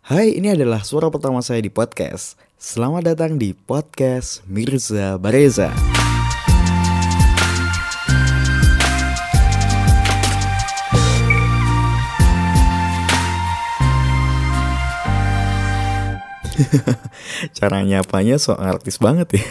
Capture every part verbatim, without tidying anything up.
Hai, ini adalah suara pertama saya di podcast. Selamat datang di podcast Mirza Bareza. Cara nyapanya so artis banget ya.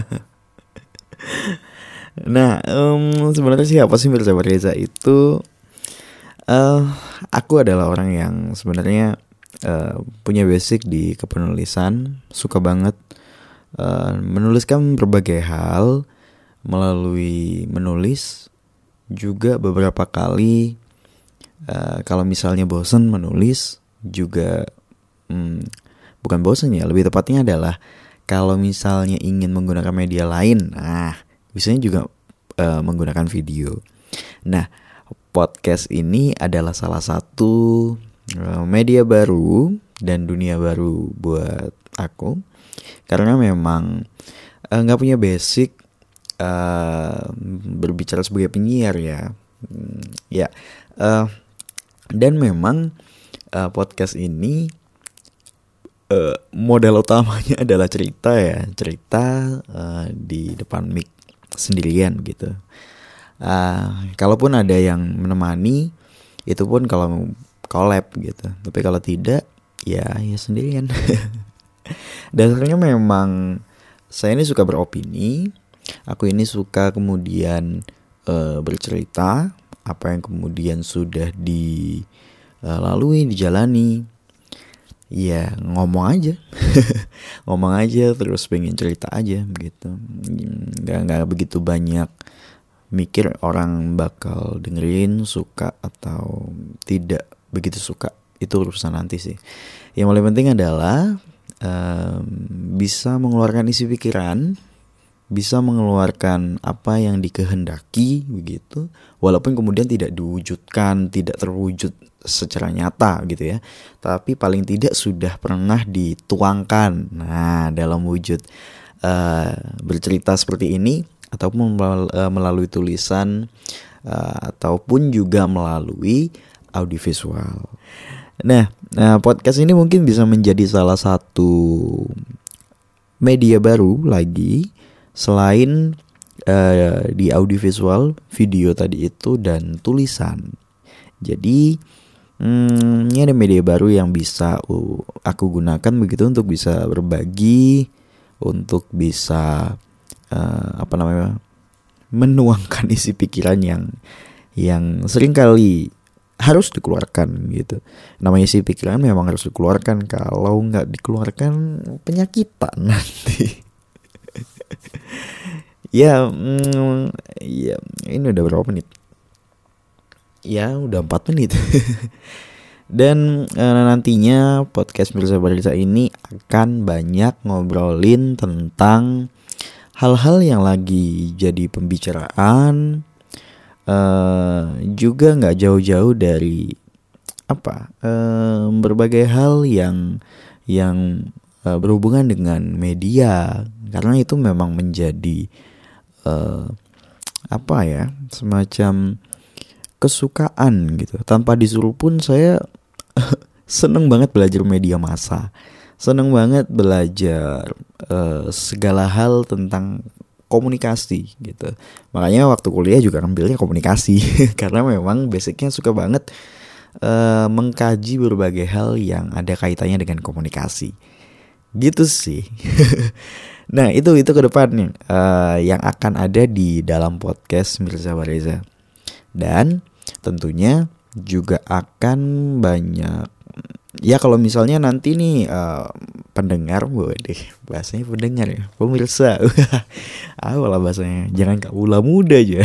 Nah, um, sebenarnya siapa sih Mirza Bareza itu? Uh, aku adalah orang yang sebenarnya uh, punya basic di kepenulisan, suka banget uh, menuliskan berbagai hal melalui menulis. Juga beberapa kali uh, kalau misalnya bosan menulis juga um, bukan bosan ya, lebih tepatnya adalah kalau misalnya ingin menggunakan media lain, nah biasanya juga uh, menggunakan video. Nah, podcast ini adalah salah satu uh, media baru dan dunia baru buat aku, karena memang nggak uh, punya basic uh, berbicara sebagai penyiar ya, hmm, ya uh, dan memang uh, podcast ini uh, modal utamanya adalah cerita ya, cerita uh, di depan mic sendirian gitu. Uh, kalaupun ada yang menemani, itu pun kalau collab gitu. Tapi kalau tidak, ya ya sendirian. Dasarnya memang saya ini suka beropini. Aku ini suka kemudian uh, bercerita apa yang kemudian sudah dilalui, dijalani. Ya ngomong aja, ngomong aja terus pengen cerita aja gitu. Gak nggak begitu banyak mikir orang bakal dengerin, suka atau tidak begitu suka. Itu urusan nanti sih. Yang paling penting adalah um, bisa mengeluarkan isi pikiran, bisa mengeluarkan apa yang dikehendaki begitu, walaupun kemudian tidak diwujudkan, tidak terwujud secara nyata gitu ya, tapi paling tidak sudah pernah dituangkan. Nah, dalam wujud uh, bercerita seperti ini, ataupun melalui tulisan uh, ataupun juga melalui audiovisual. Nah, nah, podcast ini mungkin bisa menjadi salah satu media baru lagi selain uh, di audiovisual, video tadi itu dan tulisan. Jadi hmm, ini ada media baru yang bisa uh, aku gunakan begitu untuk bisa berbagi, untuk bisa Uh, apa namanya menuangkan isi pikiran yang yang seringkali harus dikeluarkan gitu. Namanya isi pikiran memang harus dikeluarkan, kalau nggak dikeluarkan penyakitan nanti. ya, mm, ya ini udah berapa menit? Ya udah empat menit. Dan uh, nantinya podcast Mirza Bareza ini akan banyak ngobrolin tentang hal-hal yang lagi jadi pembicaraan, uh, juga nggak jauh-jauh dari apa uh, berbagai hal yang yang uh, berhubungan dengan media, karena itu memang menjadi uh, apa ya semacam kesukaan gitu. Tanpa disuruh pun saya seneng banget belajar media massa. Seneng banget belajar uh, segala hal tentang komunikasi gitu. Makanya waktu kuliah juga ambilnya komunikasi karena memang basicnya suka banget uh, mengkaji berbagai hal yang ada kaitannya dengan komunikasi. Gitu sih. Nah itu itu ke depannya uh, yang akan ada di dalam podcast Mirza Bareza. Dan tentunya juga akan banyak, ya kalau misalnya nanti nih uh, pendengar, waduh bahasanya pendengar ya, pemirsa, ah malah bahasanya jangan kaula muda aja.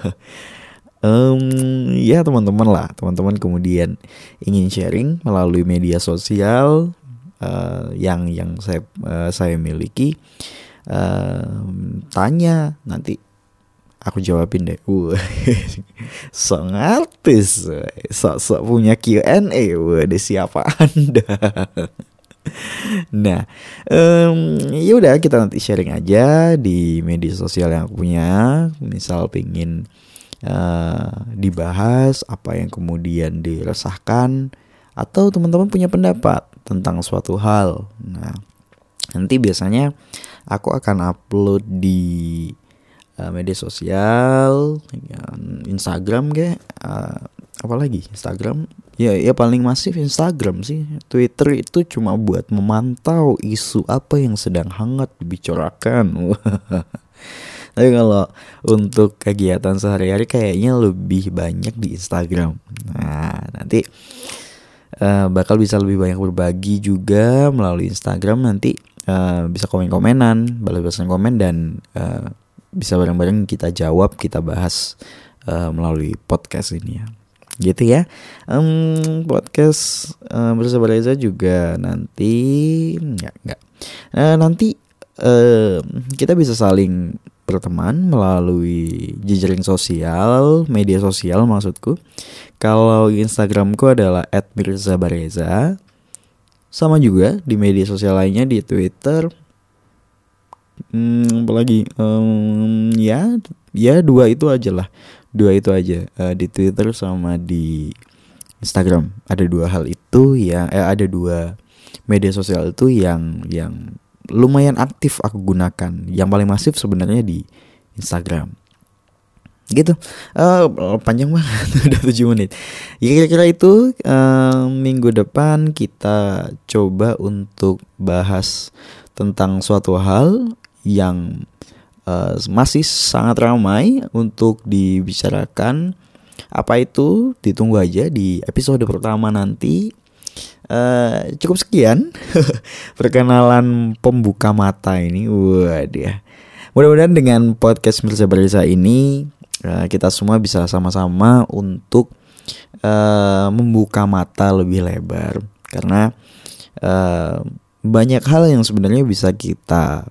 um, ya teman-teman lah, teman-teman kemudian ingin sharing melalui media sosial uh, yang yang saya uh, saya miliki, uh, tanya nanti aku jawabin deh. Uh, sok artis, sok-sok punya Q and A. Waduh, siapa Anda? Nah, um, ya udah kita nanti sharing aja di media sosial yang aku punya. Misal pingin uh, dibahas apa yang kemudian diresahkan, atau teman-teman punya pendapat tentang suatu hal. Nah, nanti biasanya aku akan upload di uh, media sosial, ya, Instagram kayak uh, apalagi Instagram. Ya, ya paling masif Instagram sih. Twitter itu cuma buat memantau isu apa yang sedang hangat dibicarakan. Tapi kalau untuk kegiatan sehari-hari kayaknya lebih banyak di Instagram. Nah, nanti uh, bakal bisa lebih banyak berbagi juga melalui Instagram. Nanti uh, bisa komen-komenan, balas-balasan komen, dan uh, bisa bareng-bareng kita jawab, kita bahas uh, melalui podcast ini ya. Gitu ya. um, Podcast uh, bersama Reza juga nanti Enggak, enggak uh, Nanti uh, kita bisa saling berteman melalui jejaring sosial, media sosial maksudku. Kalau Instagramku adalah et mirza bareza. Sama juga di media sosial lainnya, di Twitter. Hmm, apalagi um, ya, ya dua itu aja lah. Dua itu aja uh, di Twitter sama di Instagram. Ada dua hal itu ya, eh, ada dua media sosial itu yang yang lumayan aktif aku gunakan. Yang paling masif sebenarnya di Instagram. Gitu. Uh, panjang banget, udah tujuh menit. Ya kira-kira itu. uh, Minggu depan kita coba untuk bahas tentang suatu hal yang uh, masih sangat ramai untuk dibicarakan. Apa itu? Ditunggu aja di episode pertama nanti. Uh, cukup sekian perkenalan pembuka mata ini. Waduh. Mudah-mudahan dengan podcast Mirza Bareza ini uh, kita semua bisa sama-sama untuk uh, membuka mata lebih lebar. Karena uh, banyak hal yang sebenarnya bisa kita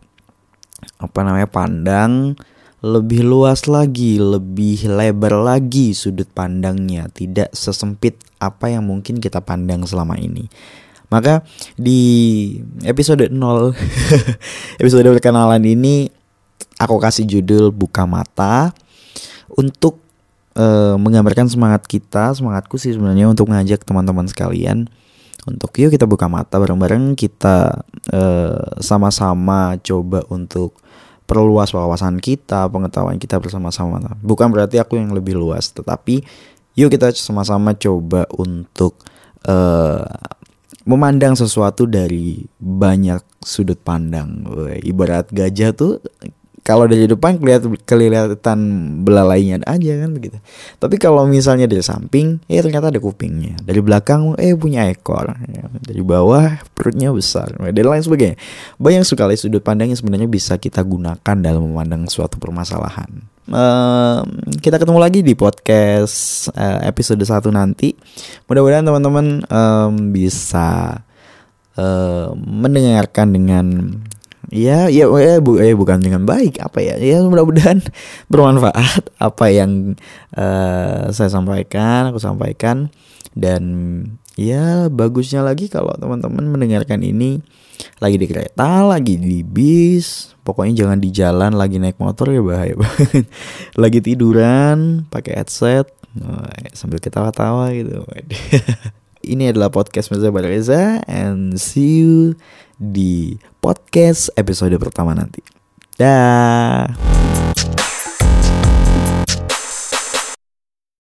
apa namanya pandang lebih luas lagi, lebih lebar lagi sudut pandangnya, tidak sesempit apa yang mungkin kita pandang selama ini. Maka di episode nol episode perkenalan ini aku kasih judul Buka Mata untuk uh, menggambarkan semangat kita, semangatku sih sebenarnya untuk ngajak teman-teman sekalian untuk yuk kita buka mata bareng-bareng, kita uh, sama-sama coba untuk perluas wawasan kita, pengetahuan kita bersama-sama. Bukan berarti aku yang lebih luas, tetapi yuk kita sama-sama coba untuk uh, memandang sesuatu dari banyak sudut pandang. Ibarat gajah tuh kalau dari depan kelihatan kelihatan belalainya aja kan begitu. Tapi kalau misalnya dari samping, eh ternyata ada kupingnya. Dari belakang, eh punya ekor. Dari bawah perutnya besar. Dan lain sebagainya. Banyak sekali sudut pandang yang sebenarnya bisa kita gunakan dalam memandang suatu permasalahan. Uh, kita ketemu lagi di podcast uh, episode satu nanti. Mudah-mudahan teman-teman um, bisa uh, mendengarkan dengan Ya, ya, ya, bu, ya bukan dengan baik apa ya? Ya mudah-mudahan bermanfaat apa yang uh, saya sampaikan, aku sampaikan. Dan ya bagusnya lagi kalau teman-teman mendengarkan ini lagi di kereta, lagi di bis, pokoknya jangan di jalan lagi naik motor ya bahaya banget. Lagi tiduran pakai headset, oh, sambil ketawa-tawa gitu. Ini adalah podcast Mirza Bareza, and see you di podcast episode pertama nanti. Dah.